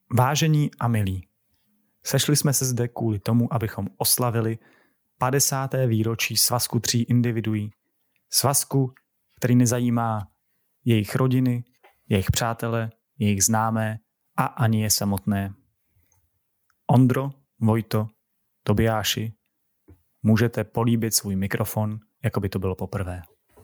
Vážení a milí, sešli jsme se zde kvůli tomu, abychom oslavili 50. výročí svazku 3 individuí. Svazku, který nezajímá jejich rodiny, jejich přátele, jejich známé a ani je samotné. Ondro, Vojto, Tobiáši, můžete políbit svůj mikrofon, jako by to bylo poprvé.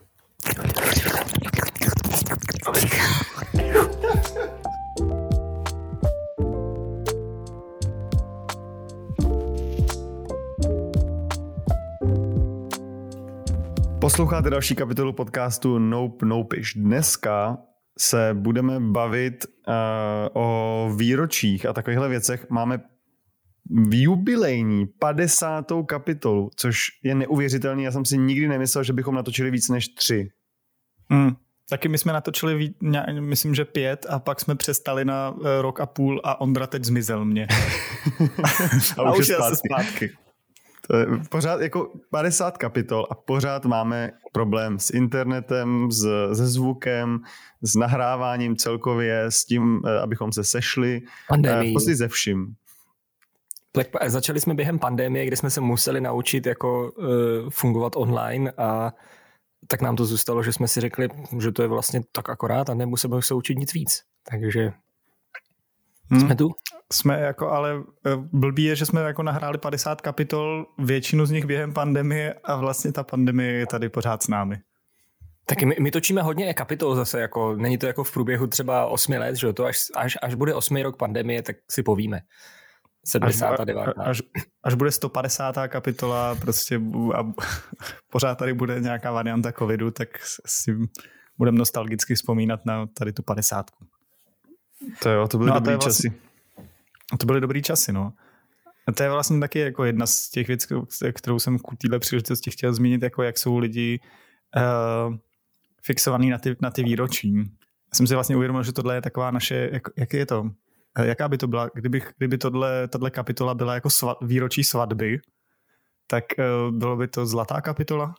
Posloucháte další kapitolu podcastu Nope-Nopish. Dneska se budeme bavit o výročích a takovýchhle věcech. Máme jubilejní 50. kapitolu, což je neuvěřitelný. Já jsem si nikdy nemyslel, že bychom natočili víc než 3. Taky my jsme natočili, myslím, že 5 a pak jsme přestali na rok a půl a Ondra teď zmizel mě. a už je zpátky. To je pořád jako 50 kapitol a pořád máme problém s internetem, se zvukem, s nahráváním celkově, s tím, abychom se sešli. Prostě ze vším. Začali jsme během pandemie, kde jsme se museli naučit jako fungovat online a tak nám to zůstalo, že jsme si řekli, že to je vlastně tak akorát a nemusíme se učit nic víc. Takže jsme tu. Jsme jako, ale blbý je, že jsme jako nahráli 50 kapitol, většinu z nich během pandemie a vlastně ta pandemie je tady pořád s námi. Taky my točíme hodně kapitol zase, jako není to jako v průběhu třeba 8 let, že to až bude 8. rok pandemie, tak si povíme. 79. Až bude 150. kapitola prostě a pořád tady bude nějaká varianta covidu, tak si budeme nostalgicky vzpomínat na tady tu 50. To byly dobrý časy. To byly dobrý časy, no. A to je vlastně taky jako jedna z těch věcí, kterou jsem k téhle příležitosti chtěl zmínit, jako jak jsou lidi fixovaní na ty výročí. Já jsem si vlastně uvědomil, že tohle je taková naše, jak je to? Jaká by to byla, kdyby tohle kapitola byla jako výročí svatby, tak bylo by to zlatá kapitola?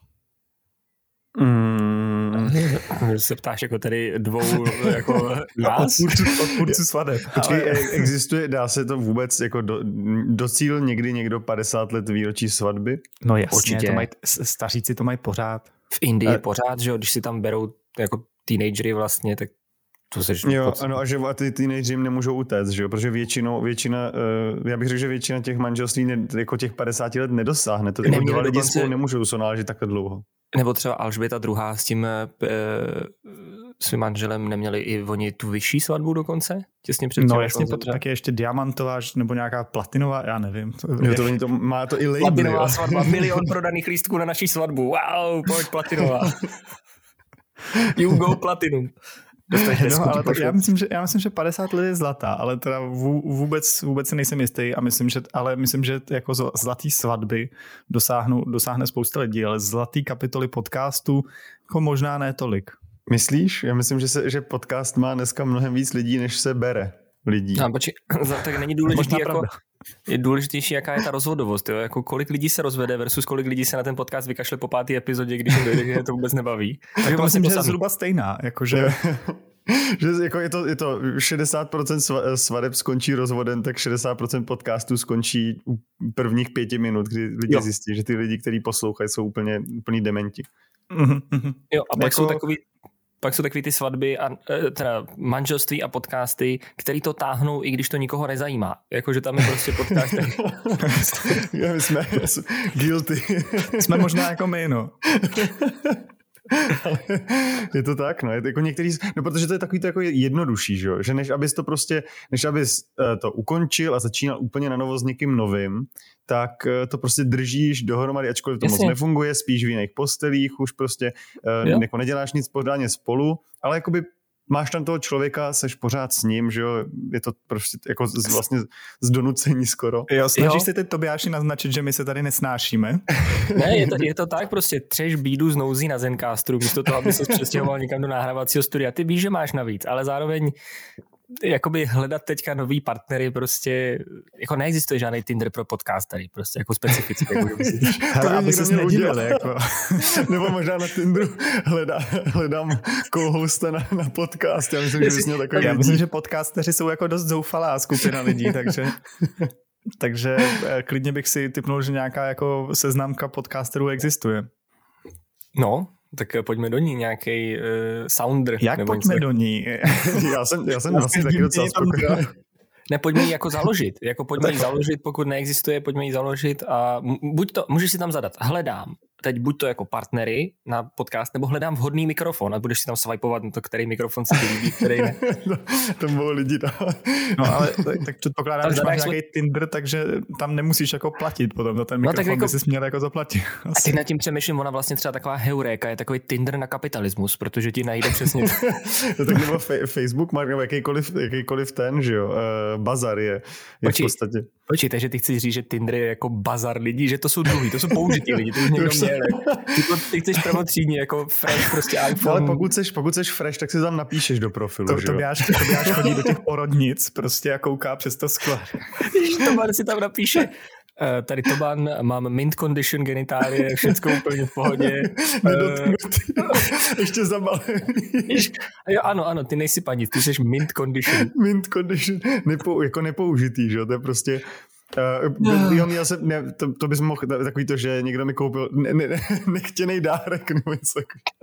Se ptáš jako tady dvou jako nás? Odpůrců svadeb. Existuje, dá se to vůbec jako docíl někdy někdo 50 let výročí svatby? No jasně, určitě. Staříci to mají pořád. V Indii pořád, že jo, když si tam berou jako teenagery vlastně, tak to se... Jo, ano, a že ty teenagery jim nemůžou utéct, že jo, protože většina, já bych řekl, že většina těch manželství jako těch 50 let nedosáhne, to jako dva lidi spolu nemůžou sonáležit takhle dlouho. Nebo třeba Alžběta II. S tím svým manželem neměli i oni tu vyšší svatbu dokonce? Těsně před no jasně, tak je ještě diamantová nebo nějaká platinová, já nevím. Má to i label. Platinová svatba, 1 milion prodaných lístků na naší svatbu. Wow, pojď platinová. You go platinum. No, ale tak já myslím, že 50 let je zlatá, ale teda vůbec si nejsem jistý a myslím, že jako zlatý svatby dosáhne spousta lidí, ale zlatý kapitoly podcastu jako možná ne tolik. Myslíš? Já myslím, že podcast má dneska mnohem víc lidí, než se bere lidí. No, tak není důležitý jako... Je důležitější, jaká je ta rozvodovost, jo? Jako kolik lidí se rozvede versus kolik lidí se na ten podcast vykašle po 5. epizodě, když jim dojde, že to vůbec nebaví. Tak myslím, že je zhruba stejná. Jakože... že jako je to 60% svadeb skončí rozvodem, tak 60% podcastů skončí u prvních 5 minut, kdy lidi zjistí, že ty lidi, kteří poslouchají, jsou úplný dementi. Jo, a pak jsou takový ty svatby a teda manželství a podcasty, který to táhnou, i když to nikoho nezajímá. Jakože tam je prostě podcast. My jsme guilty. Jsme možná jako my, no. Je to tak, no, je to jako některý, no protože to je takový to jako jednodušší, že než abys to ukončil a začínal úplně na novo s někým novým, tak to prostě držíš dohromady, ačkoliv to moc nefunguje, spíš v jiných postelích, už prostě jako neděláš nic pořádně spolu, ale jakoby máš tam toho člověka, seš pořád s ním, že jo, je to prostě jako vlastně z donucení skoro. Jo, snažíš se teď Tobiáši naznačit, že my se tady nesnášíme? Ne, je to tak, prostě třeš bídu z nouzí na Zencasteru, místo toho, aby se přestěhoval někam do nahrávacího studia. Ty víš, že máš navíc, ale zároveň jakoby hledat teďka nový partnery prostě, jako neexistuje žádný Tinder pro podcastery, prostě jako specificky. Hele, aby se nedivil, jako. Nebo možná na Tinderu hledám co-hosta na podcast. Já myslím, že bys měl takový lidí. Myslím, že podcasteři jsou jako dost zoufalá skupina lidí, takže klidně bych si tipnul, že nějaká jako seznamka podcasterů existuje. No, tak pojďme do ní, nějaký sounder. Jak nebo pojďme do ní? já jsem vlastně taky docela spokojený. Ne, pojďme ji jako založit. Jako pojďme ji založit, pokud neexistuje, pojďme ji založit a můžeš si tam zadat, hledám teď buď to jako partnery na podcast, nebo hledám vhodný mikrofon a budeš si tam swipovat na to, který mikrofon se ti líbí, který ne. To mohou lidi dávat. No ale tak předpokládám, že máš nějaký Tinder, takže tam nemusíš jako platit potom za ten mikrofon, jako, by jsi měl jako zaplatit. A ty nad tím přemýšlím, ona vlastně třeba taková heuréka, je takový Tinder na kapitalismus, protože ti najde přesně. To tak nebo Facebook má nebo jakýkoliv ten, že jo, bazar je v podstatě. Počkej, takže ty chceš říct, že Tinder je jako bazar lidí, že to jsou druhý, to jsou použití lidi, to už někdo měl. Ty chceš prvotřídní, jako fresh, prostě iPhone. Ale pokud seš fresh, tak si tam napíšeš do profilu, že jo? Tobiáš chodí do těch porodnic prostě a kouká přes to sklo. Toban si tam napíše, tady Toban, mám mint condition genitálie, všecko úplně v pohodě. Ještě zabalený. Jo, ano, ty nejsi paní, ty jsi mint condition. Mint condition, jako nepoužitý, že jo, to je prostě... to bys mohl takový to, že někdo mi koupil nechtěnej dárek nebo něco.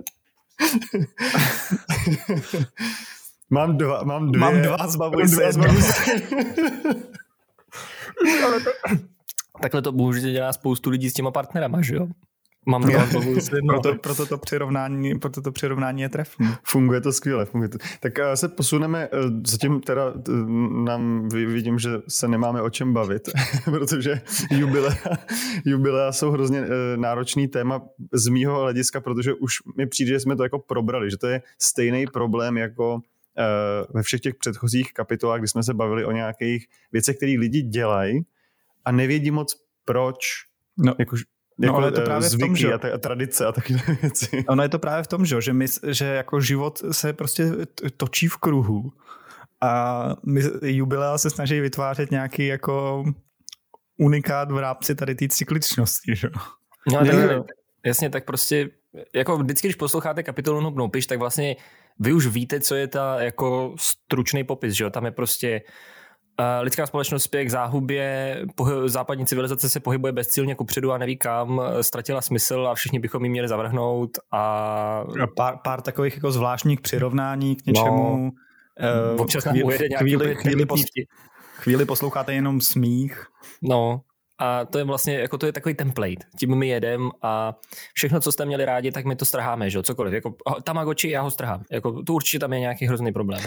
Mám dva zbavuj se. Takhle to bohužel dělá spoustu lidí s těma partnerama, že jo? Proto to přirovnání je trefné. Funguje to skvěle. Tak se posuneme, zatím teda vidím, že se nemáme o čem bavit, protože jubilea jsou hrozně náročný téma z mýho hlediska, protože už mi přijde, že jsme to jako probrali, že to je stejný problém jako ve všech těch předchozích kapitolách, kdy jsme se bavili o nějakých věcech, které lidi dělají a nevědí moc proč. No, ale je to právě zvyky v tom, že... a tradice a takové věci. Ono je to právě v tom, že jako život se prostě točí v kruhu a jubilea se snaží vytvářet nějaký jako unikát v rámci tady té cykličnosti, že? No, jasně, tak prostě jako vždycky, když posloucháte kapitolu Noob Noopish, tak vlastně vy už víte, co je ta jako stručný popis, že jo? Tam je prostě lidská společnost spěje k záhubě, západní civilizace se pohybuje bezcílně kupředu a neví kam, ztratila smysl a všichni bychom ji měli zavrhnout. A pár takových jako zvláštních přirovnání k něčemu. Občas nám ujede nějaký chvíli posloucháte jenom smích. No a to je vlastně, jako to je takový template. Tím my jedem a všechno, co jste měli rádi, tak my to strháme, že jo, cokoliv. Jako Tamagotchi, já ho strhám. Jako, to určitě tam je nějaký hrozný problém.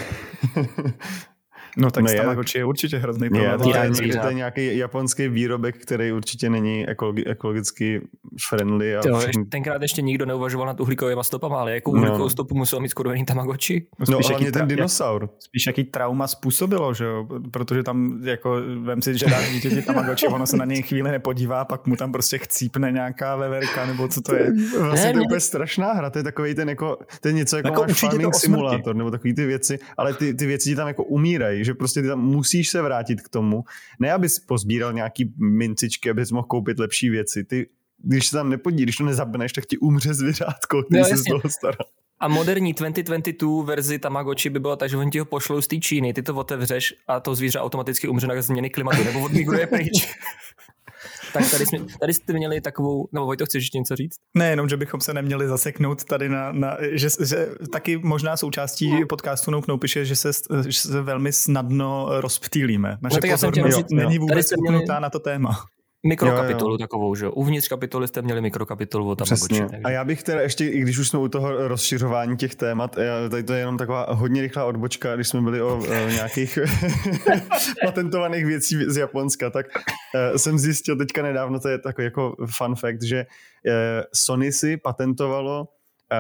No tak Tamagotchi je určitě hrozný problém. To je nějaký japonský výrobek, který určitě není ekologicky friendly. Tenkrát ještě nikdo neuvažoval nad uhlíkovými stopama, ale jakou uhlíkovou stopu musel mít skurvený Tamagotchi? No hlavně ten dinosaur. Spíš jaký trauma způsobilo, že jo? Protože tam jako vem si, že dáš dítěti Tamagotchi, ono se na něj chvíli nepodívá, pak mu tam prostě chcípne nějaká veverka, nebo co to je. Vlastně to je úplně strašná hra, to je takový ten jako, to je něco jako máš farming simulátor, nebo takový ty věci, ale ty věci ti tam jako umírají, že prostě ty tam musíš se vrátit k tomu. Ne, abys pozbíral nějaký mincičky, abys mohl koupit lepší věci. Ty, když se tam když to nezapneš, tak ti umře zvířátko, který se z toho stará. A moderní 2022 verzi Tamagotchi by bylo tak, že oni ti ho pošlou z té Číny, ty to otevřeš a to zvíře automaticky umře na změny klimatu, nebo odmigruje pryč. Tak tady jste měli takovou, nebo Vojto, chceš ještě něco říct? Ne, jenom, že bychom se neměli zaseknout tady že taky možná součástí podcastu Noob Noopish je, že se velmi snadno rozptýlíme. Naše pozornost není vůbec upnutá na to téma. Mikrokapitolu takovou, že uvnitř kapitoly jste měli mikrokapitolu o Tamagotchi. A já bych teda ještě, i když už jsme u toho rozšiřování těch témat, tady to je jenom taková hodně rychlá odbočka, když jsme byli o nějakých patentovaných věcí z Japonska, tak jsem zjistil teďka nedávno, to je takový jako fun fact, že Sony si patentovalo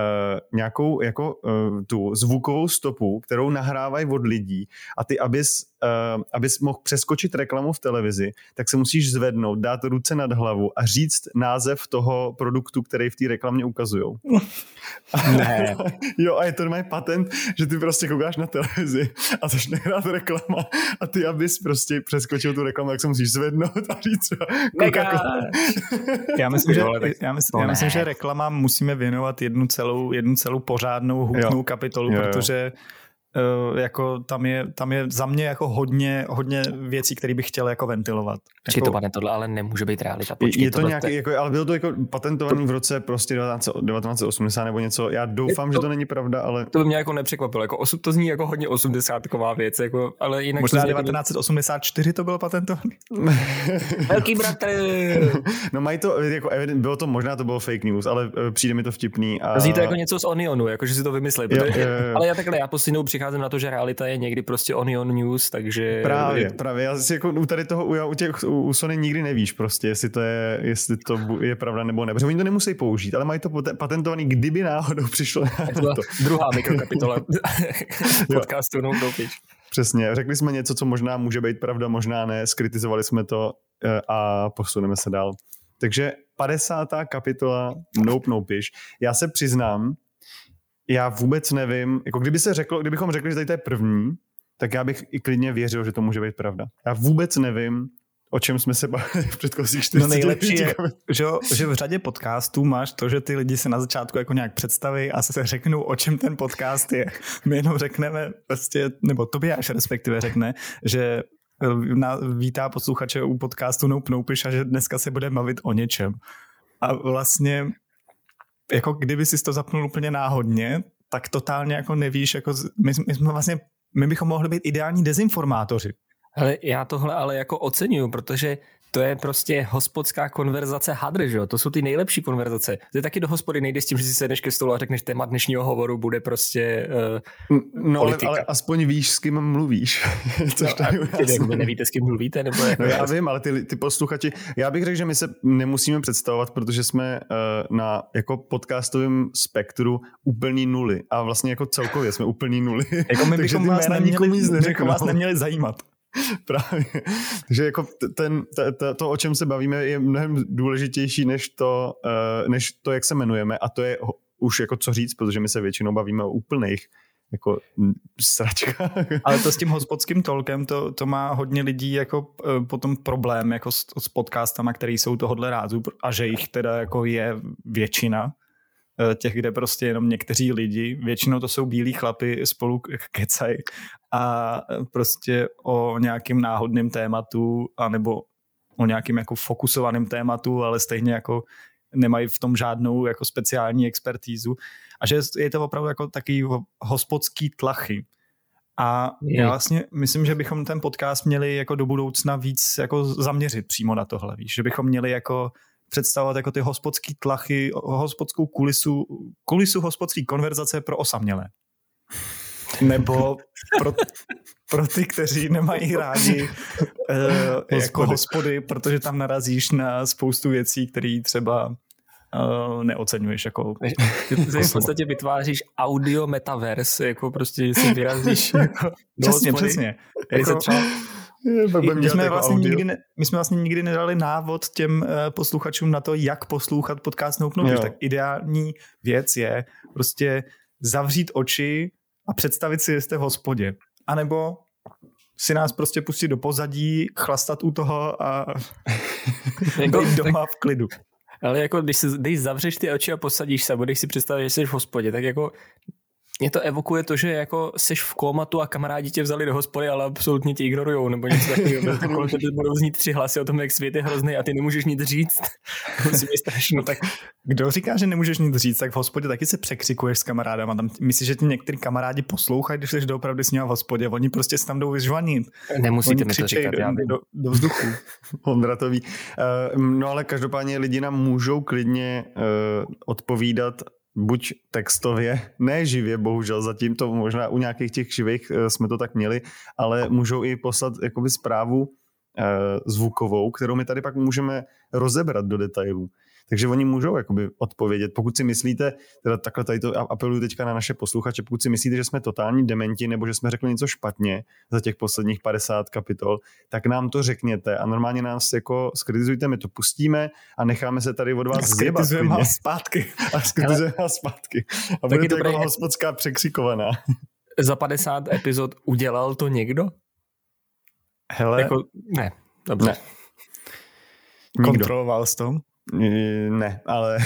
nějakou jako tu zvukovou stopu, kterou nahrávají od lidí a ty, abys abys mohl přeskočit reklamu v televizi, tak se musíš zvednout, dát ruce nad hlavu a říct název toho produktu, který v té reklamě ukazujou. Ne. Jo, a je to normálně patent, že ty prostě koukáš na televizi a začne hrát reklama a ty, abys prostě přeskočil tu reklamu, tak se musíš zvednout a říct Coca-Cola. Já myslím, že reklamám musíme věnovat jednu celou pořádnou hutnou kapitolu, protože jako tam je za mě jako hodně věcí, které bych chtěl jako ventilovat. Či to, pane, tohle ale nemůže být realita. Počkej, je to nějaký, jako, ale bylo to jako patentovaný v roce prostě 1980 nebo něco. Já doufám, že to není pravda, ale... To by mě jako nepřekvapilo. Jako to zní jako hodně 80ková věc, jako, ale jinak... Možná 1984 to bylo patentovaný. Velký bratr! No mají to, jako bylo to, možná to bylo fake news, ale přijde mi to vtipný. A... Zní to jako něco z Onionu, jako že si to vymysleli. Ale já poslednou přicházím na to, že realita je někdy prostě Onion News, takže... Právě. Já si jako u tady toho, u Sony nikdy nevíš prostě, jestli to je pravda nebo ne. Protože oni to nemusí použít, ale mají to patentovaný, kdyby náhodou přišlo na to. Druhá mikrokapitola podcastu No Pitch. Přesně. Řekli jsme něco, co možná může být pravda, možná ne. Skritizovali jsme to a posuneme se dál. Takže 50. kapitola No Pitch. Já se přiznám, já vůbec nevím, jako kdybychom řekli, že tady to je první, tak já bych i klidně věřil, že to může být pravda. Já vůbec nevím, o čem jsme se bavili v předchozích 40. No nejlepší je, že v řadě podcastů máš to, že ty lidi se na začátku jako nějak představí a se řeknou, o čem ten podcast je. My jenom řekneme prostě, nebo Tobiáš respektive řekne, že vítá posluchače u podcastu No Pitch a že dneska se bude bavit o něčem. A vlastně jako kdyby jsi to zapnul úplně náhodně, tak totálně jako nevíš, jako my bychom mohli být ideální dezinformátoři. Ale já tohle ale jako oceňuju, protože to je prostě hospodská konverzace hadr, že jo? To jsou ty nejlepší konverzace. Ty taky do hospody nejdeš s tím, že si sedneš ke stolu a řekneš, téma dnešního hovoru bude prostě no ale aspoň víš, s kým mluvíš. Vy nevíte, s kým mluvíte? Nebo jako no já vím, ale ty posluchači, já bych řekl, že my se nemusíme představovat, protože jsme na jako podcastovém spektru úplný nuly a vlastně jako celkově jsme úplný nuly. Jako my bychom vás neměli zajímat. Právě. Takže jako to, o čem se bavíme, je mnohem důležitější než to, jak se jmenujeme, a to je už jako co říct, protože my se většinou bavíme o úplných jako sračkách. Ale to s tím hospodským tolkem, to má hodně lidí jako potom problém jako s podcastama, který jsou tohodle rázu a že jich teda jako je většina těch, kde prostě jenom někteří lidi, většinou to jsou bílí chlapi, spolu kecají a prostě o nějakým náhodným tématu anebo o nějakým jako fokusovaným tématu, ale stejně jako nemají v tom žádnou jako speciální expertízu a že je to opravdu jako takový hospodský tlachy. A já vlastně myslím, že bychom ten podcast měli jako do budoucna víc jako zaměřit přímo na tohle, víš, že bychom měli jako představovat jako ty hospodský tlachy, hospodskou kulisu hospodský konverzace pro osamělé. Nebo pro ty, kteří nemají rádi jako hospody, protože tam narazíš na spoustu věcí, které třeba neoceňuješ. Jako ty v podstatě vytváříš audio metaverse, jako prostě si vyrazíš jako do hospody. Přesně. Jako, my jsme vlastně nikdy nedali návod těm posluchačům na to, jak poslouchat podcast No Pitch. Tak ideální věc je prostě zavřít oči a představit si, že jste v hospodě. A nebo si nás prostě pustit do pozadí, chlastat u toho a být doma v klidu. Ale jako když zavřeš ty oči a posadíš se a budeš si představit, že jsi v hospodě, tak jako mě to evokuje to, že jako seš v kómatu a kamarádi tě vzali do hospody, ale absolutně tě ignorujou, nebo něco takového. Že budou znít 3 hlasy o tom, jak svět je hrozný a ty nemůžeš nic říct. Musí být strašný. No tak kdo říká, že nemůžeš nic říct, tak v hospodě taky se překřikuješ s kamarádama. Tam myslíš, že ti některý kamarádi poslouchají, když jsi doopravdy s nimi v hospodě. Oni prostě se tam jdou vyžvanit. Nemusíte mi to říkat. Do vzduchu. Hondratový. No ale každopádně lidi nám můžou klidně odpovídat buď textově, ne živě, bohužel zatím to možná u nějakých těch živých jsme to tak měli, ale můžou i poslat jakoby zprávu zvukovou, kterou my tady pak můžeme rozebrat do detailů. Takže oni můžou jakoby odpovědět. Pokud si myslíte, teda takhle tady to apeluju teďka na naše posluchače, pokud si myslíte, že jsme totální dementi nebo že jsme řekli něco špatně za těch posledních 50 kapitol, tak nám to řekněte a normálně nás jako skritizujte, my to pustíme a necháme se tady od vás zjebat. Skritizujeme vás zpátky. A skritizujeme vás zpátky. A bude to jako hospodská překřikovaná. Za 50 epizod udělal to někdo? Hele. Jako, ne, dobře. Ne. Kontroloval jsi to? Ne, ale...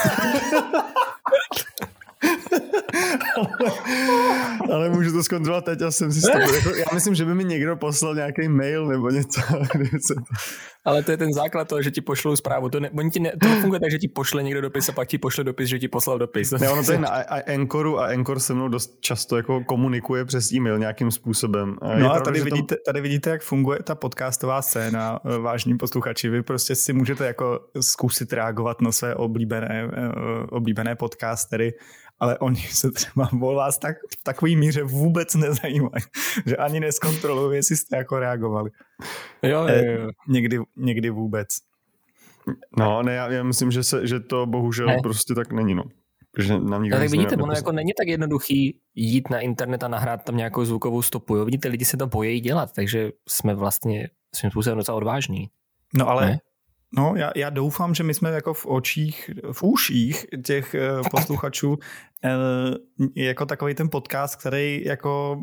ale můžu to zkontrolovat teď a jsem si jako, já myslím, že by mi někdo poslal nějaký mail nebo něco. Ale to je ten základ toho, že ti pošlou zprávu. To funguje tak, že ti pošle někdo dopis a pak ti pošle dopis, že ti poslal dopis. Ne, ono to je na Anchoru a Anchor se mnou dost často jako komunikuje přes e-mail nějakým způsobem. No a tady vidíte, jak funguje ta podcastová scéna, vážní posluchači. Vy prostě si můžete jako zkusit reagovat na své oblíbené podcastery, ale oni se třeba o vás v takový míře vůbec nezajímají, že ani neskontrolují, jestli jste jako reagovali. Jo. Někdy vůbec. No, ne, já myslím, že to bohužel prostě tak není, no. Že nám nikdo tak vidíte, ono jako není tak jednoduchý jít na internet a nahrát tam nějakou zvukovou stopu. Jo? Vidíte, lidi se to bojí dělat, takže jsme vlastně svým způsobem docela odvážní. No ale... Ne? No, já doufám, že my jsme jako v uších těch posluchačů jako takový ten podcast, který jako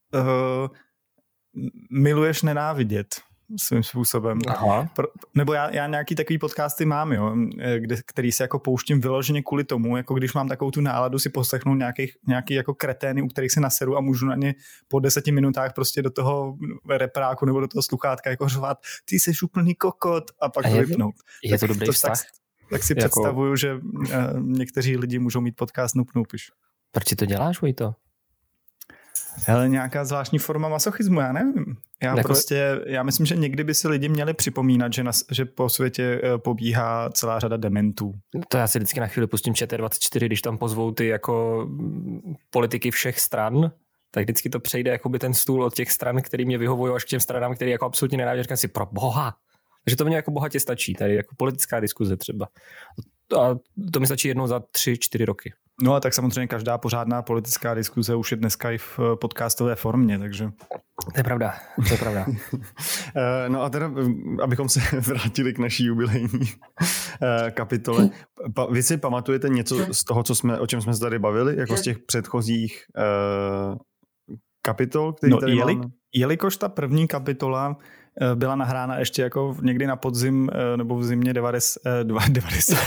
miluješ nenávidět svým způsobem. Aha. Nebo já nějaký takový podcasty mám, jo, který se jako pouštím vyloženě kvůli tomu, jako když mám takovou tu náladu si poslechnout nějaký jako kretény, u kterých se naseru a můžu na ně po 10 minutách prostě do toho repráku nebo do toho sluchátka jako řovat, ty seš úplný kokot a pak to vypnout. Je to dobrý vztah? Tak si představuju, že někteří lidi můžou mít podcast Nup. Proč si to děláš, Vojto? Hele, nějaká zvláštní forma masochismu, já nevím. Já myslím, že někdy by si lidi měli připomínat, že po světě pobíhá celá řada dementů. To já si vždycky na chvíli pustím ČT24, když tam pozvou ty jako politiky všech stran, tak vždycky to přejde jakoby ten stůl od těch stran, který mě vyhovují, až k těm stranám, který jako absolutně nenávidím. Říkám si, pro boha. Takže to mě jako bohatě stačí, tady jako politická diskuze třeba. A to mi stačí jednou za 3-4 roky. No a tak samozřejmě každá pořádná politická diskuze už je dneska i v podcastové formě, takže... To je pravda. No a teda, abychom se vrátili k naší jubilejní kapitole. Vy si pamatujete něco z toho, o čem jsme se tady bavili, jako z těch předchozích kapitol, které tady máme? Jelikož ta první kapitola byla nahrána ještě jako někdy na podzim nebo v zimě 90.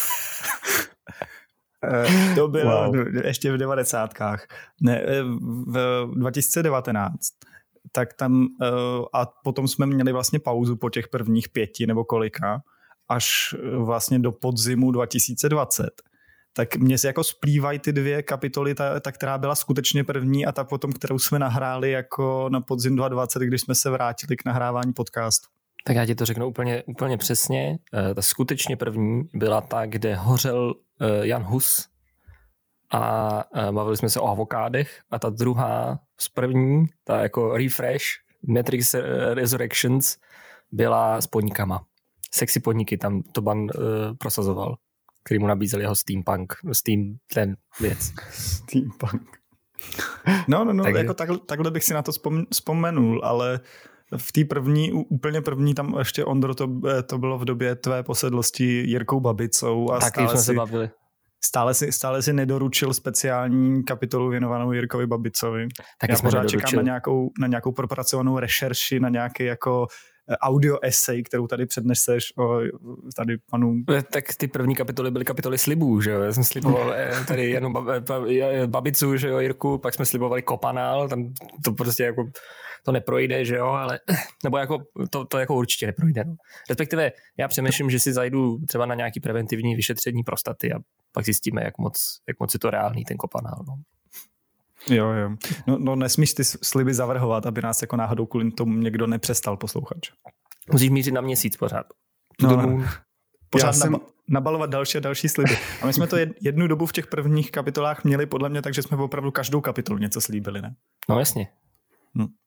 To bylo ještě v 90kách. Ne, v 2019. Tak tam a potom jsme měli vlastně pauzu po těch prvních 5 nebo kolika, až vlastně do podzimu 2020. Tak mně se jako splývají ty 2 kapitoly, ta která byla skutečně první a ta potom, kterou jsme nahráli jako na podzim 2020, když jsme se vrátili k nahrávání podcastu. Tak já ti to řeknu úplně přesně. Ta skutečně první byla ta, kde hořel Jan Hus a bavili jsme se o avokádech a ta druhá z první, ta jako refresh, Matrix Resurrections, byla s podnikama. Sexy podniky tam Toban prosazoval, který mu nabízel jeho steampunk, ten věc. Steampunk. No, jako takhle bych si na to vzpomenul, ale v té úplně první tam ještě, Ondro, to bylo v době tvé posedlosti Jirkou Babicou a taky jsme se bavili. Stále si nedoručil speciální kapitolu věnovanou Jirkovi Babicovi. Taky já pořád čekám na nějakou propracovanou rešerši, na nějaký jako audio essay, kterou tady předneseš tady panu... Tak ty první kapitoly byly kapitoly slibů, že jo? Já jsem sliboval tady jenom Babicu, že jo, Jirku, pak jsme slibovali Kopanál, tam to prostě jako to neprojde, že jo, ale nebo jako to jako určitě neprojde, no. Respektive já přemýšlím, že si zajdu třeba na nějaký preventivní vyšetření prostaty a pak zjistíme, jak moc je to reálný ten Kopanál, no. Jo. No nesmíš ty sliby zavrhovat, aby nás jako náhodou kvůli tomu někdo nepřestal poslouchat. Musíš mířit na měsíc pořád. Pořád nabalovat další a další sliby. A my jsme to jednu dobu v těch prvních kapitolách měli podle mě, takže jsme opravdu každou kapitolu něco slíbili, ne? No jasně.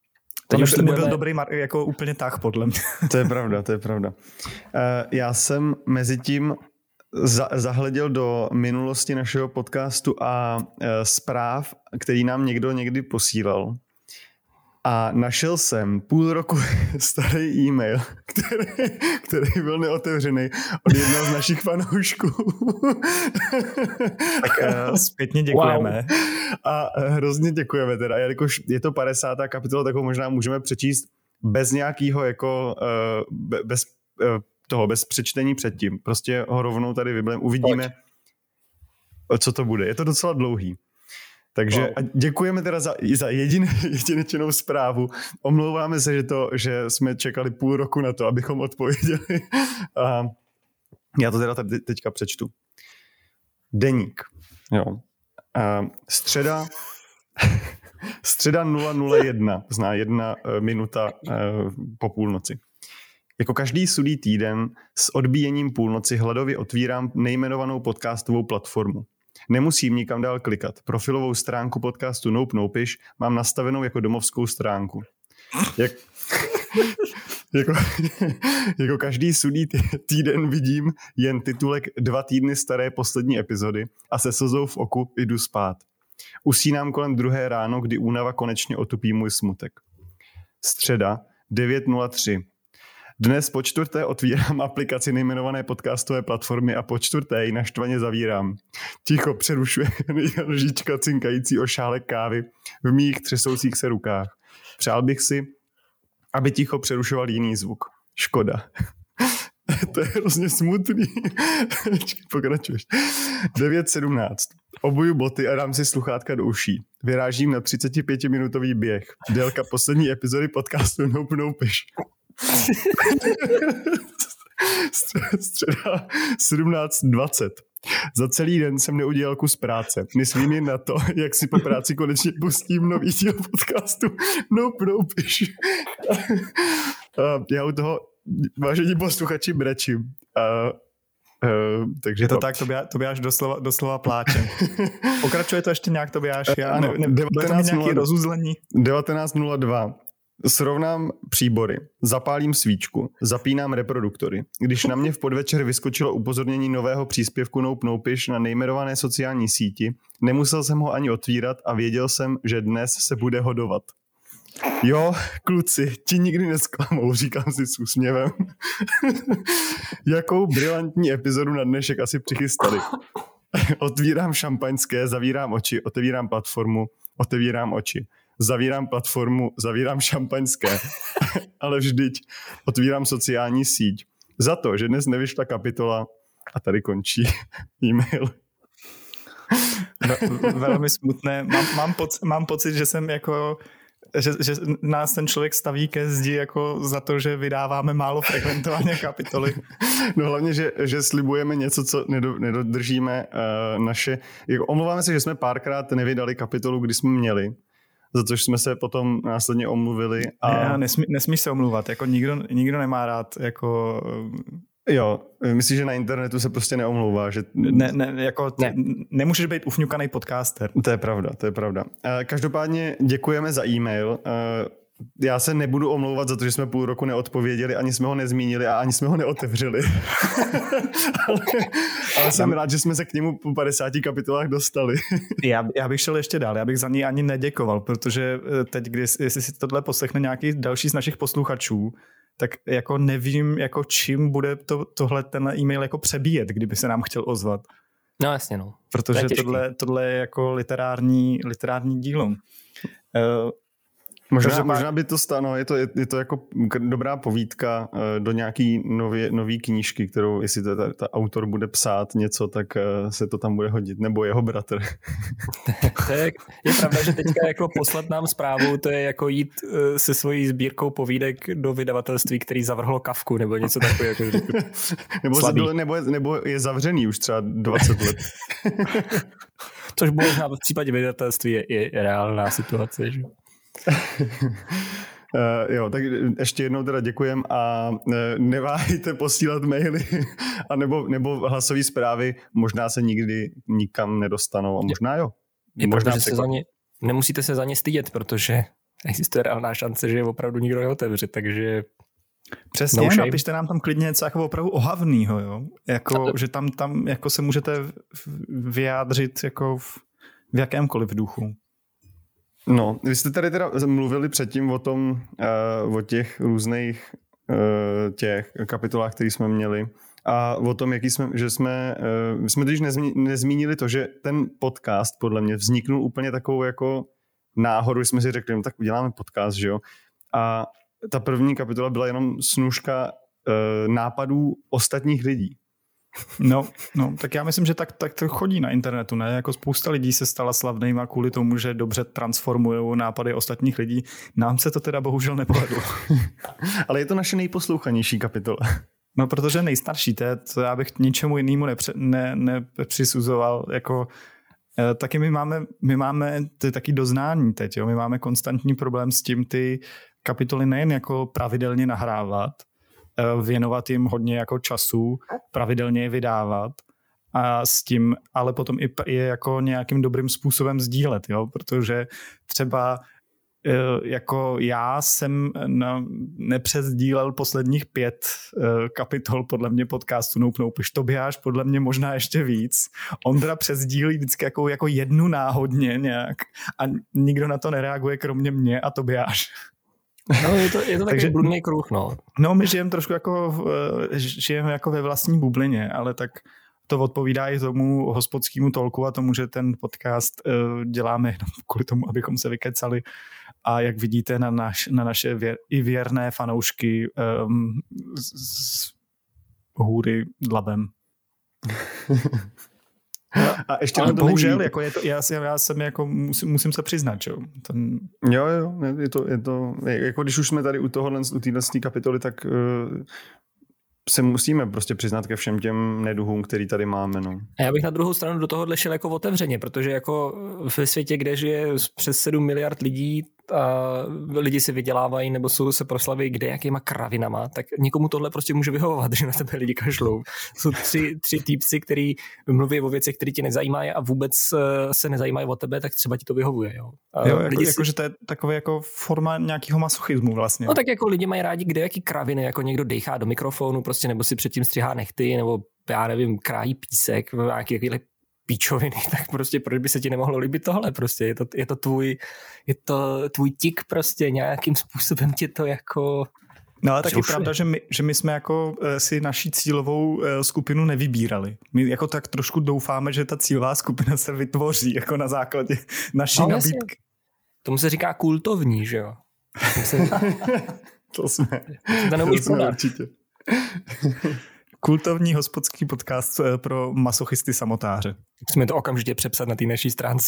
To už nebyl dobrý jako úplně tak, podle mě. To je pravda. Já jsem mezi tím zahleděl do minulosti našeho podcastu a zpráv, který nám někdo někdy posílal. A našel jsem půl roku starý e-mail, který byl neotevřený od jednoho z našich fanoušků. Tak zpětně děkujeme. Wow. A hrozně děkujeme teda. Jelikož je to 50. kapitola, tak ho možná můžeme přečíst bez nějakého jako bez přečtení předtím. Prostě ho rovnou tady vyblem. Uvidíme, co to bude. Je to docela dlouhý. Takže a děkujeme teda za jedinečnou zprávu. Omlouváme se, že jsme čekali půl roku na to, abychom odpověděli. A já to teda teďka přečtu. Deník. Jo. Středa 001, to znamená 1 minuta po půlnoci. Jako každý sudý týden s odbíjením půlnoci hladově otvírám nejmenovanou podcastovou platformu. Nemusím nikam dál klikat. Profilovou stránku podcastu Nope Nopish mám nastavenou jako domovskou stránku. Jako každý sudý týden vidím jen titulek 2 týdny staré poslední epizody a se slzou v oku jdu spát. Usínám kolem 2 ráno, kdy únava konečně otupí můj smutek. Středa 9:03. Dnes po 4. otvírám aplikaci nejmenované podcastové platformy a po 4. ji naštvaně zavírám. Ticho přerušuje lžička cinkající o šálek kávy v mých třesoucích se rukách. Přál bych si, aby ticho přerušoval jiný zvuk. Škoda. To je hrozně smutný. Pokračuješ. 9:17. Obuju boty a dám si sluchátka do uší. Vyrážím na 35-minutový běh. Délka poslední epizody podcastu Nope Nopish. Středa 17:20. Za celý den jsem neudělal kus práce. Myslím jen na to, jak si po práci konečně pustím nový díl podcastu Nope Nopish. Já u toho, vážení posluchači, brečím. Takže je to tak, Tobiáš doslova pláče. Pokračuje to ještě nějak, Tobiáš? Bude to mít nějaké rozuzlení? 19:02. Srovnám příbory, zapálím svíčku, zapínám reproduktory. Když na mě v podvečer vyskočilo upozornění nového příspěvku Nope Nopish na nejmenované sociální síti, nemusel jsem ho ani otvírat a věděl jsem, že dnes se bude hodovat. Jo, kluci, ti nikdy nesklamou, říkám si s úsměvem. Jakou brilantní epizodu na dnešek asi přichystali. Otvírám šampaňské, zavírám oči, otevírám platformu, otevírám oči. Zavírám platformu, zavírám šampaňské, ale vždyť otvírám sociální síť. Za to, že dnes nevyšla kapitola a tady končí e-mail. Velmi smutné. Mám pocit, že jsem jako že nás ten člověk staví ke zdi jako za to, že vydáváme málo frekventovaně kapitoly. No hlavně, že slibujeme něco, co nedodržíme naše. Omlouváme se, že jsme párkrát nevydali kapitolu, kdy jsme měli. Za což jsme se potom následně omluvili. A... Nesmíš se omluvat, jako nikdo nemá rád, jako... Jo, myslím, že na internetu se prostě neomlouvá, že... Nemůžeš být ufňukaný podcaster. To je pravda. Každopádně děkujeme za e-mail. Já se nebudu omlouvat za to, že jsme půl roku neodpověděli, ani jsme ho nezmínili a ani jsme ho neotevřeli. ale jsem rád, že jsme se k němu po 50 kapitolách dostali. Já bych šel ještě dál, já bych za ní ani neděkoval, protože teď, jestli si tohle poslechne nějaký další z našich posluchačů, tak jako nevím, jako čím bude ten e-mail jako přebíjet, kdyby se nám chtěl ozvat. No jasně, no. Protože tohle je jako literární dílo. Možná by to stalo, je to jako dobrá povídka do nějaký nový knížky, kterou, jestli ta autor bude psát něco, tak se to tam bude hodit, nebo jeho bratr. To je pravda, že teďka jako poslat nám zprávu, to je jako jít se svojí sbírkou povídek do vydavatelství, který zavrhlo Kafku, nebo něco takového. nebo je zavřený už třeba 20 let. Což možná v případě vydavatelství je reálná situace, že? Jo, tak ještě jednou teda děkujem a neváhejte posílat maily a nebo hlasové zprávy, možná se nikdy nikam nedostanou a možná jo. Je možná pravda, že nemusíte se za ně stydět, protože existuje reálná šance, že je opravdu nikdo neotevře, takže... Přesně, no napište nám tam klidně něco jako opravdu ohavnýho, jo? Jako, že tam jako se můžete vyjádřit jako v jakémkoliv duchu. No, vy jste tady teda mluvili předtím o tom, o těch různých těch kapitolách, které jsme měli a o tom, že jsme totiž nezmínili to, že ten podcast podle mě vzniknul úplně takovou jako náhodou, jsme si řekli, no tak uděláme podcast, že jo? A ta první kapitola byla jenom snůška nápadů ostatních lidí. No, tak já myslím, že tak to chodí na internetu, ne? Jako spousta lidí se stala slavnýma kvůli tomu, že dobře transformují nápady ostatních lidí. Nám se to teda bohužel nepovedlo. Ale je to naše nejposlouchanější kapitola. No, protože nejstarší, to já bych ničemu jinému nepřisuzoval, jako taky my máme ty taky doznání teď, jo? My máme konstantní problém s tím ty kapitoly nejen jako pravidelně nahrávat, věnovat jim hodně jako času, pravidelně je vydávat a s tím, ale potom i jako nějakým dobrým způsobem sdílet, jo? Protože třeba jako já jsem nepřesdílel posledních 5 kapitol podle mě podcastu Nope Nope, Tobiáš podle mě možná ještě víc. Ondra přesdílí vždycky jako jednu náhodně nějak a nikdo na to nereaguje kromě mě a Tobiáš. No, je to takový bludný kruh, no. No, my žijeme trošku jako ve vlastní bublině, ale tak to odpovídá i tomu hospodskému tolku a tomu, že ten podcast děláme jenom kvůli tomu, abychom se vykecali a jak vidíte na naše i věrné fanoušky z hůry dlabem. A ještě ale bohužel, jako já jsem jako musím se přiznat, že? Jo, je to jako když už jsme tady u téhle kapitoly, tak se musíme prostě přiznat ke všem těm neduhům, který tady máme. No. A já bych na druhou stranu do tohohle šel jako otevřeně, protože jako ve světě, kde žije přes 7 miliard lidí a lidi si vydělávají nebo jsou se proslaví kde jakýma kravinama, tak někomu tohle prostě může vyhovovat, že na tebe lidi kašlou. Jsou tři týpci, který mluví o věcech, které tě nezajímají a vůbec se nezajímají o tebe, tak třeba ti to vyhovuje. Jo, že to je takový jako forma nějakého masochismu vlastně. No tak jako lidi mají rádi kde jaký kraviny, jako někdo dejchá do mikrofonu prostě, nebo si předtím střihá nechty, nebo já nevím, krájí písek, nějaký takovýhle píčoviny, tak prostě proč by se ti nemohlo líbit tohle prostě, je to tvůj tik prostě, nějakým způsobem ti to jako... No ale taky pravda, že my jsme jako si naší cílovou skupinu nevybírali. My jako tak trošku doufáme, že ta cílová skupina se vytvoří jako na základě naší nabídky. Tomu se říká kultovní, že jo? To jsme určitě. Kultovní hospodský podcast pro masochisty samotáře. Musíme to okamžitě přepsat na té naší stránce.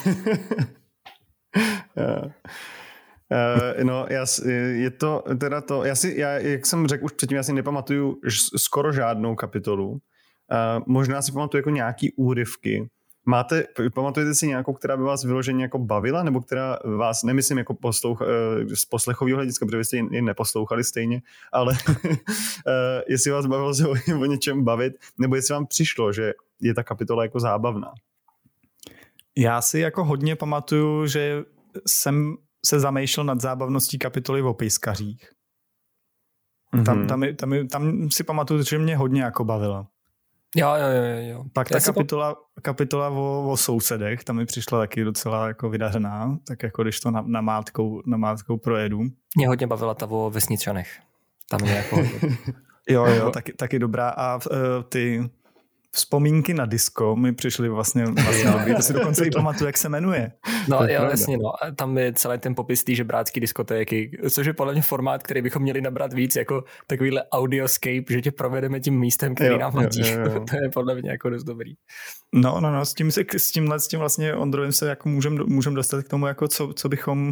No, je to teda to, jak jsem řekl už předtím, já si nepamatuju skoro žádnou kapitolu. Možná si pamatuju jako nějaký úryvky. Pamatujete si nějakou, která by vás vyloženě jako bavila, nebo která vás, nemyslím jako z poslechového hlediska, protože jste ji neposlouchali stejně, ale jestli vás bavilo se o něčem bavit, nebo jestli vám přišlo, že je ta kapitola jako zábavná? Já si jako hodně pamatuju, že jsem se zamýšlel nad zábavností kapitoly o pejskařích. Mm-hmm. Tam si pamatuju, že mě hodně jako bavila. Jo. Pak ta kapitola o sousedech, tam mi přišla taky docela jako vydařená, tak jako když to namátkou projedu. Mě hodně bavila ta o vesničanech. Tam je jako... jo, taky dobrá. A ty vzpomínky na disco mi přišly vlastně dobrý. To si dokonce i pamatuju, jak se jmenuje. No jo, jasně, no. Tam je celý ten popis té žebrácký diskotéky, což je podle mě formát, který bychom měli nabrat víc, jako takovýhle audioscape, že tě provedeme tím místem, který nám vadí. To je podle mě jako dost dobrý. No, s tím vlastně Ondrovým se jako můžem dostat k tomu, jako co bychom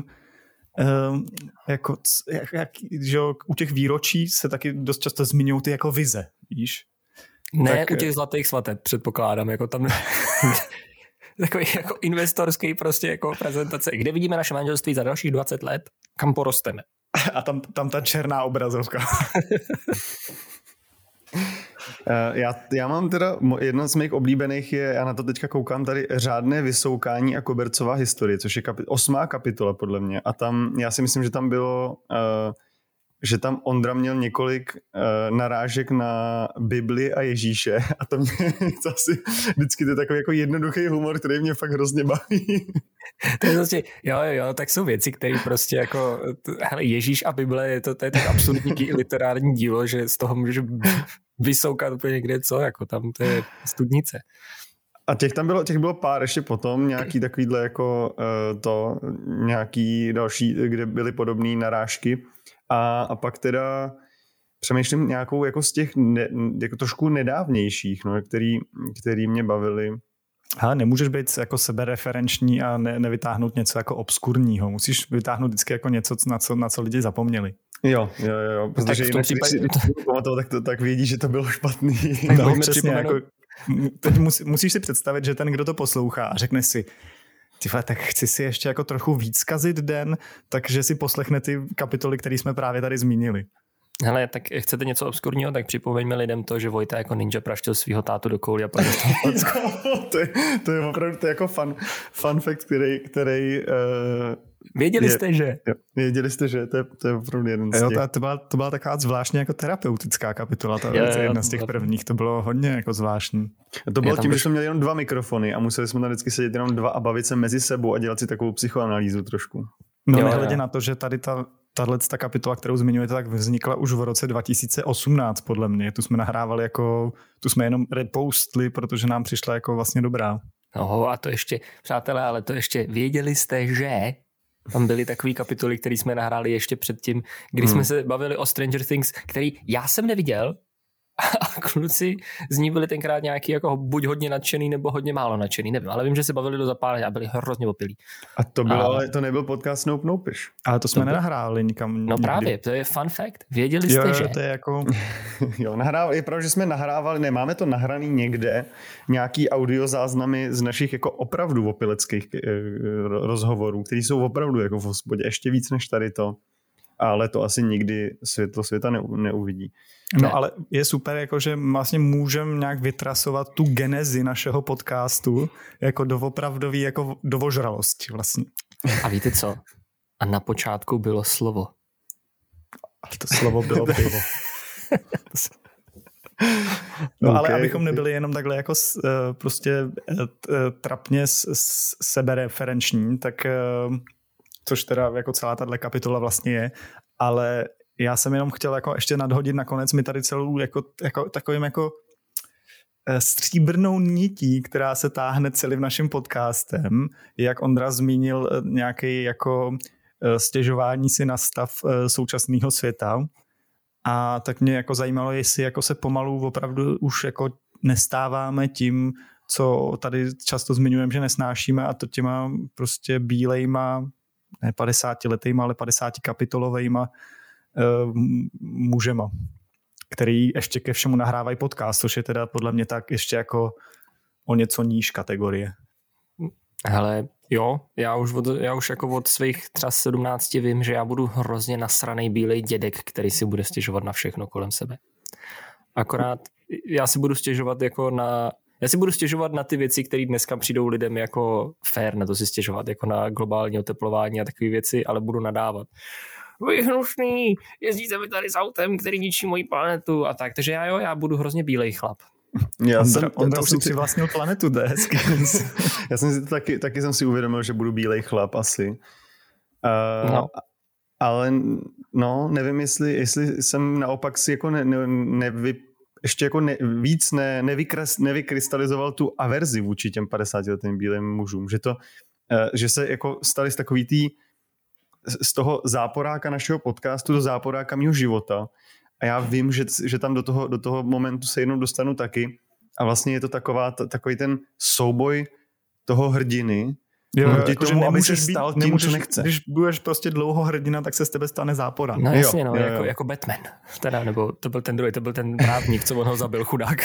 že u těch výročí se taky dost často zmiňují ty jako vize, víš? Ne, tak, u těch zlatých svateb předpokládám, jako tam takový jako investorský prostě jako prezentace, kde vidíme naše manželství za dalších 20 let, kam porosteme. A tam ta černá obrazovka. Já mám teda, jedna z mých oblíbených je, já na to teďka koukám tady, Řádné vysoukání a kobercová historie, což je 8. kapitola podle mě. A tam, já si myslím, že tam bylo, že tam Ondra měl několik narážek na Bibli a Ježíše. A to mě asi vždycky to je takový jako jednoduchý humor, který mě fakt hrozně baví. To je prostě, jo, tak jsou věci, které prostě jako, hele, Ježíš a Bible, to je tak absolutní literární dílo, že z toho můžeš vysoukat úplně někde co, jako tam to je studnice. A těch bylo pár ještě potom, nějaký takovýhle jako nějaký další, kde byly podobné narážky. A pak teda přemýšlím nějakou jako z těch jako trošku nedávnějších, no, který mě bavili. Ale nemůžeš být jako sebereferenční a nevytáhnout něco jako obskurního. Musíš vytáhnout vždycky jako něco, na co lidi zapomněli. Jo, protože jinak, případě... tak vědí, že to bylo špatný. No, přesně, jako, musíš si představit, že ten, kdo to poslouchá a řekne si, tak chci si ještě jako trochu víc zkazit den, takže si poslechne ty kapitoly, které jsme právě tady zmínili. Hele, tak chcete něco obskurního, tak připomeňme lidem to, že Vojta jako ninja praštil svýho tátu do kouli a pak to je opravdu to je jako fun fact, který věděli jste, že? Jo, věděli jste, že? To je opravdu jeden z těch. To byla taková zvláštně jako terapeutická kapitola, jedna z těch prvních, to bylo hodně jako zvláštní. A to bylo tím, že jsme měli jenom 2 mikrofony a museli jsme tam vždycky sedět jenom 2 a bavit se mezi sebou a dělat si takovou psychoanalýzu trošku. No nehledě na to, že tady tato kapitola, kterou zmiňujete, tak vznikla už v roce 2018 podle mě. Tu jsme nahrávali jako, tu jsme jenom repostli, protože nám přišla jako vlastně dobrá. No a to ještě, přátelé, ale to ještě věděli jste, že tam byly takové kapitoly, které jsme nahráli ještě předtím, kdy jsme se bavili o Stranger Things, který já jsem neviděl a kluci z ní byli tenkrát nějaký jako buď hodně nadšený nebo hodně málo nadšený, nevím, ale vím, že se bavili do zapálení a byli hrozně opilí. A to bylo, ale to nebyl podcast Nope Nopiš. Ale to jsme nenahráli nikam. No právě, to je fun fact. Věděli jste, že? To je jako... je pravda, že jsme nahrávali, nemáme to nahraný někde, nějaký audiozáznamy z našich jako opravdu opileckých rozhovorů, který jsou opravdu jako v hospodě, ještě víc než tady to. Ale to asi nikdy světlo světa neuvidí. No ale je super, jako, že vlastně můžeme nějak vytrasovat tu genezi našeho podcastu jako doopravdový, jako dovožralosti vlastně. A víte co? A na počátku bylo slovo. A to slovo bylo pivo. No ale abychom nebyli jenom takhle jako prostě trapně sebereferenční, tak což teda jako celá tato kapitola vlastně je, ale já jsem jenom chtěl jako ještě nadhodit nakonec mi tady celou jako takovým jako stříbrnou nití, která se táhne celým naším podcastem, jak Ondra zmínil nějaký jako stěžování si na stav současného světa. A tak mě jako zajímalo, jestli jako se pomalu opravdu už jako nestáváme tím, co tady často zmiňujeme, že nesnášíme, a to těma prostě bílejma, ne 50letejma, ale 50 kapitolovejma mužema, který ještě ke všemu nahrávají podcast, což je teda podle mě tak ještě jako o něco níž kategorie. Hele, jo, já už jako od svých třeba 17 vím, že já budu hrozně nasranej bílej dědek, který si bude stěžovat na všechno kolem sebe. Akorát já si budu stěžovat na ty věci, které dneska přijdou lidem jako fair, na to si stěžovat, jako na globální oteplování a takové věci, ale budu nadávat. Vy hnušný, jezdíte mi tady s autem, který ničí moji planetu a tak, takže já budu hrozně bílej chlap. Ondra už si přivlastnil planetu, to je hezky. Já jsem si taky jsem si uvědomil, že budu bílej chlap asi. No. Ale no, nevím, jestli jsem naopak si jako nevykrystalizoval tu averzi vůči těm 50letým bílým mužům. Že se jako stali z takový z toho záporáka našeho podcastu do záporáka mýho života. A já vím, že tam do toho momentu se jednou dostanu taky. A vlastně je to takový ten souboj toho hrdiny. Jo, jako tomu, aby se stal tím, co nechce. Když budeš prostě dlouho hrdina, tak se z tebe stane zápora. No jasně, jako Batman. Teda, nebo to byl ten druhý, to byl ten právník, co on ho zabil, chudák.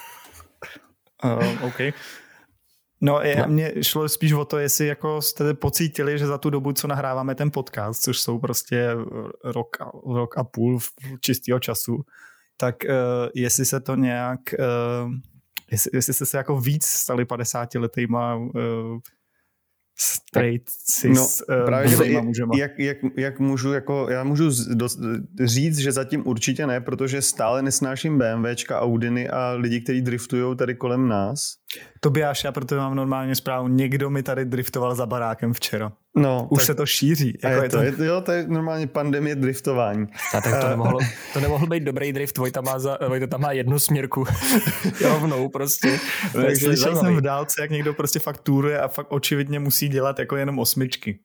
OK. No, mně šlo spíš o to, jestli jako jste pocítili, že za tu dobu, co nahráváme ten podcast, což jsou prostě rok a půl čistého času, tak jestli se to nějak, jestli jste se jako víc stali 50letýma straight cis právě jak můžu, jako já můžu říct, že zatím určitě ne, protože stále nesnáším BMWčka, Audiny a lidi, kteří driftujou tady kolem nás. Tobiáš, já proto mám normálně zprávu, někdo mi tady driftoval za barákem včera. No, už tak, se to šíří. Jako to je normálně pandemie driftování. A tak to nemohl být dobrý drift, Vojta tam má jednu směrku rovnou prostě. Slyšel jsem v dálce, jak někdo prostě fakt turuje a fakt očividně musí dělat jako jenom 8.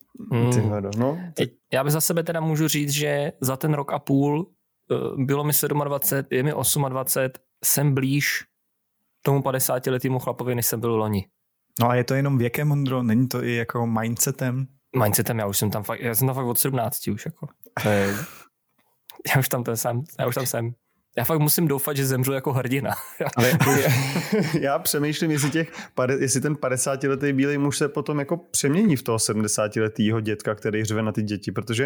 Já bych za sebe teda můžu říct, že za ten rok a půl bylo mi 27, je mi 28, jsem blíž tomu 50letýmu chlapovi, než jsem byl loni. No a je to jenom věkem, Ondro? Není to i jako mindsetem? Mindsetem, já jsem tam fakt od 17 už jako. Já už tam jsem. Já fakt musím doufat, že zemřu jako hrdina. Ale já přemýšlím, jestli ten 50letý bílej muž se potom jako přemění v toho 70letýho dětka, který řve na ty děti, protože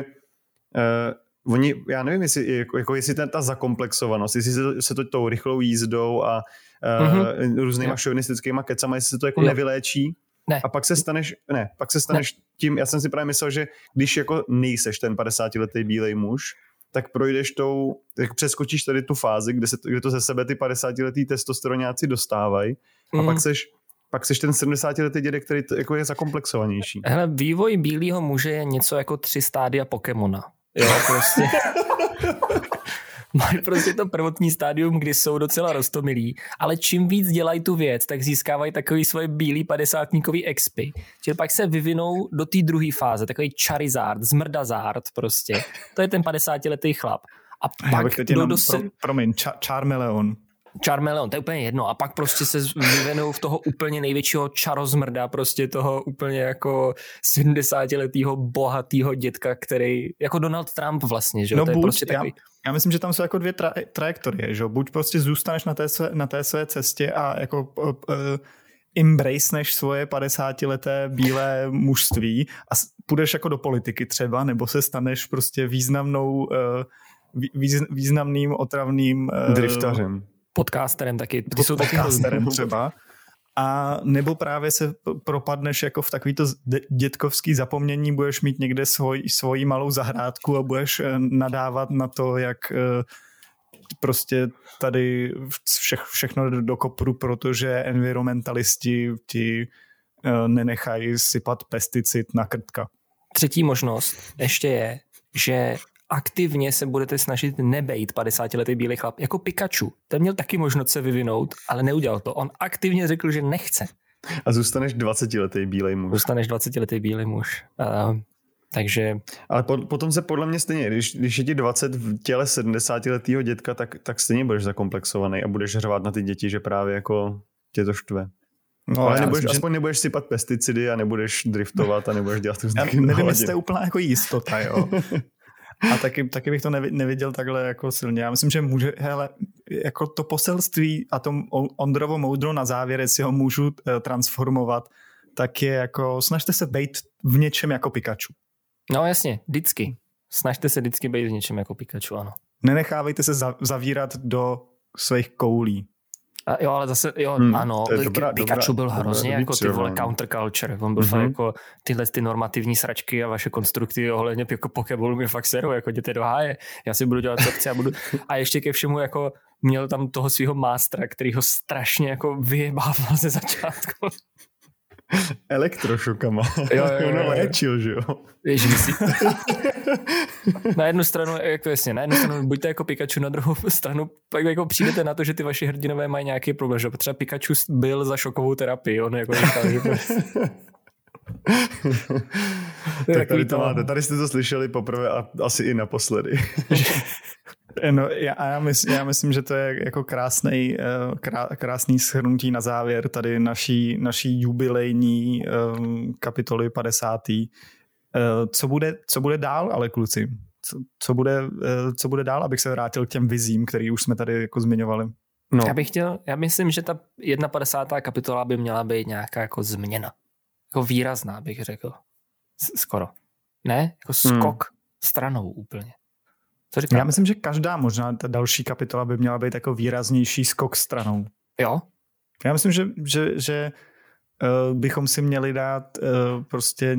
já nevím, jestli ta zakomplexovanost, jestli se to tou rychlou jízdou a různýma šovinistickýma kecama, jestli se to jako nevyléčí. Ne. A pak se staneš tím, já jsem si právě myslel, že když jako nejseš ten 50letý bílej muž, tak projdeš přeskočíš tady tu fázi, kde to ze sebe ty 50letý testosteronáci dostávají a pak seš ten 70letý dědek, který jako je zakomplexovanější. Hele, vývoj bílého muže je něco jako 3 stádia Pokémona. Jo, prostě. Mají prostě to prvotní stádium, kdy jsou docela roztomilí, ale čím víc dělají tu věc, tak získávají takový svoje bílý 50tníkový expy. Čili pak se vyvinou do té druhé fáze, takový Charizard, Zmrdazard prostě. To je ten 50letý chlap. A pak Charmeleon, to je úplně jedno. A pak prostě se vyvinou v toho úplně největšího čarozmrda, prostě toho úplně jako 70letýho bohatýho dětka, který, jako Donald Trump vlastně, že? No to je prostě takový... Já myslím, že tam jsou jako 2 trajektorie, že? Buď prostě zůstaneš na té své cestě a jako embraceneš svoje 50leté bílé mužství a půjdeš jako do politiky třeba, nebo se staneš prostě významným otravným driftařem. Podcasterem taky. Ty jsou taky podcasterem třeba. A nebo právě se propadneš jako v takovýto dětkovský zapomnění, budeš mít někde svoji malou zahrádku a budeš nadávat na to, jak prostě tady všechno jde do kopru, protože environmentalisti ti nenechají sypat pesticid na krtka. Třetí možnost ještě je, že aktivně se budete snažit nebejt 50letý bílý chlap. Jako Pikachu. Ten měl taky možnost se vyvinout, ale neudělal to. On aktivně řekl, že nechce. A zůstaneš 20letý bílej muž. Zůstaneš 20letý bílej muž. Takže... Ale potom se podle mě stejně, když je ti 20 v těle 70letýho dětka, tak stejně budeš zakomplexovaný a budeš řvát na ty děti, že právě jako tě to štve. No, ale nebudeš sypat pesticidy a nebudeš driftovat a nebudeš dělat to vzniky. Nevím, jestli to je úplná jako jistota, jo. A taky bych to neviděl takhle jako silně. Já myslím, že může, hele, jako to poselství a to Ondrovo moudro na závěr, jestli ho můžu transformovat, tak je jako, snažte se být v něčem jako Pikachu. No jasně, vždycky. Snažte se vždycky být v něčem jako Pikachu, ano. Nenechávejte se zavírat do svých koulí. A jo, ale zase, ano, Pikachu byl hrozně jako ty vole counterculture. On byl fakt jako tyhle ty normativní sračky a vaše konstrukty ohledně jako Pokéballů mě fakt serou, jako jděte do háje. Já si budu dělat co chci a ještě ke všemu jako měl tam toho svého mástra, který ho strašně jako vyjebával ze začátku. Elektrošokama. Jo. Léčil, že jo? Na jednu stranu, jako jasně, na jednu stranu buďte jako Pikachu, na druhou stranu pak jako přijdete na to, že ty vaši hrdinové mají nějaký problém, že třeba Pikachu byl za šokovou terapii, on jako říkal, že tak tady to máte, tady jste to slyšeli poprvé a asi i naposledy. No, já myslím, že to je jako krásný shrnutí na závěr tady naší jubilejní kapitoly 50. Co bude dál, ale kluci? Co bude dál, abych se vrátil k těm vizím, který už jsme tady jako zmiňovali? No. Já myslím, že ta 51. kapitola by měla být nějaká jako změna. Jako výrazná, bych řekl. Skoro. Ne? Jako skok stranou úplně. Co říkáte? Já myslím, že každá možná ta další kapitola by měla být jako výraznější skok stranou. Jo? Já myslím, že bychom si měli dát prostě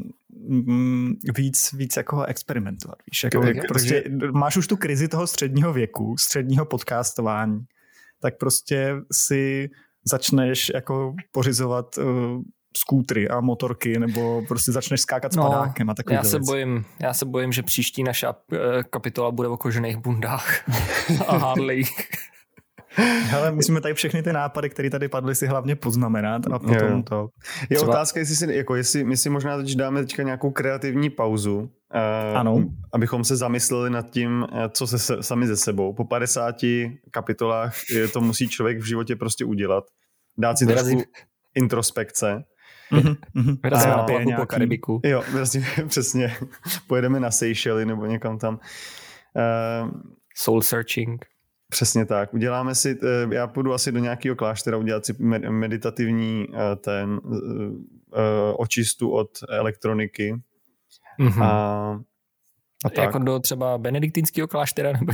víc jako experimentovat. Víš? Jako, prostě máš už tu krizi toho středního věku, středního podcastování, tak prostě si začneš jako pořizovat skútry a motorky, nebo prostě začneš skákat s padákem a takový já se bojím, že příští naše kapitola bude o kožených bundách a Harleyích. Hele, musíme tady všechny ty nápady, které tady padly, si hlavně poznamenat a potom to... Je otázka, jestli my si možná teď dáme teďka nějakou kreativní pauzu, abychom se zamysleli nad tím, co se sami ze sebou. Po 50 kapitolách to musí člověk v životě prostě udělat. Dát si trošku introspekce. Vyrazíme na plavbu po Karibiku. Jo, vlastně, přesně. Pojedeme na Seychely nebo někam tam. Soul searching. Přesně tak. Uděláme si, já půjdu asi do nějakého kláštera udělat si meditativní očistu od elektroniky. Mm-hmm. A tak. Jako do třeba benediktínského kláštera? Nebo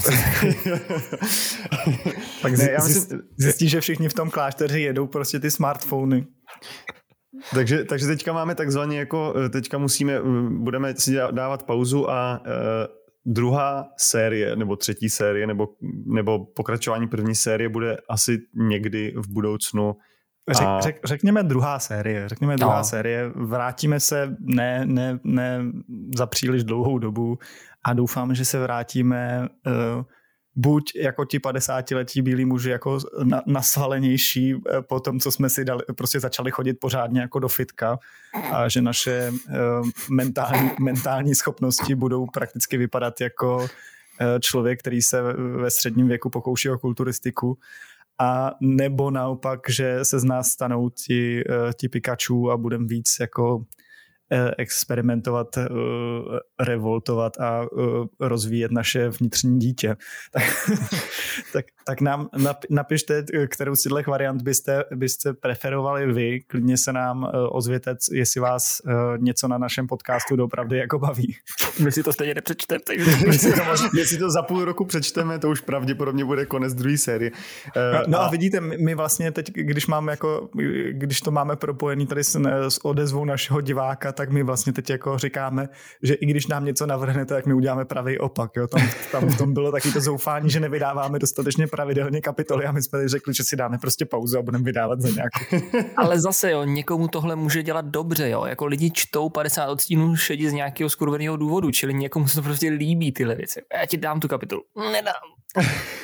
tak zjistí, že všichni v tom klášteře jedou prostě ty smartfony. Takže teďka máme takzvaně jako, budeme si dávat pauzu a druhá série, nebo třetí série, nebo pokračování první série bude asi někdy v budoucnu. Řekněme druhá série. Série. Vrátíme se ne za příliš dlouhou dobu a doufám, že se vrátíme buď jako ti 50letí bílí muži jako nasvalenější po tom, co jsme si prostě začali chodit pořádně jako do fitka a že naše mentální schopnosti budou prakticky vypadat jako člověk, který se ve středním věku pokouší o kulturistiku, a nebo naopak, že se z nás stanou ti Pikachu a budeme víc jako experimentovat, revoltovat a rozvíjet naše vnitřní dítě. Tak nám napište, kterou z těchto variant byste preferovali vy. Klidně se nám ozvěte, jestli vás něco na našem podcastu doopravdy jako baví. My si to stejně nepřečteme. Jestli to za půl roku přečteme, to už pravděpodobně bude konec druhé série. A vidíte, my vlastně teď, když to máme propojený tady s odezvou našeho diváka, tak my vlastně teď jako říkáme, že i když nám něco navrhnete, tak my uděláme pravý opak. Jo? Tam v tom bylo taky to zoufání, že nevydáváme dostatečně pravidelně kapitoly a my jsme řekli, že si dáme prostě pauzu a budeme vydávat za nějakou. Ale zase jo, někomu tohle může dělat dobře, jo. Jako lidi čtou 50 odstínů šedi z nějakého skurveného důvodu, čili někomu se to prostě líbí tyhle věci. Já ti dám tu kapitolu. Nedám.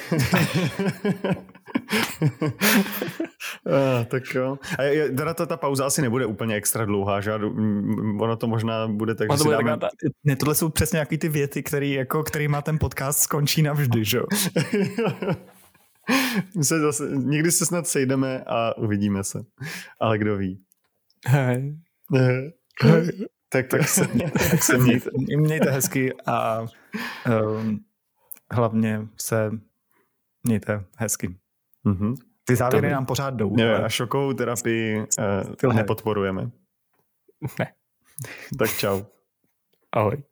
Tak jo. A teda ta pauza asi nebude úplně extra dlouhá, že? Ono to možná bude tak, že si dáme... Ne, tohle jsou přesně nějaký ty věty, který má ten podcast skončí navždy, že jo? Někdy se snad sejdeme a uvidíme se. Ale kdo ví. Hej. Tak se mějte hezky a hlavně se mějte hezky. Mm-hmm. Ty závěry nám pořád jdou. A šokovou terapii nepodporujeme. Ne. Tak čau. Ahoj.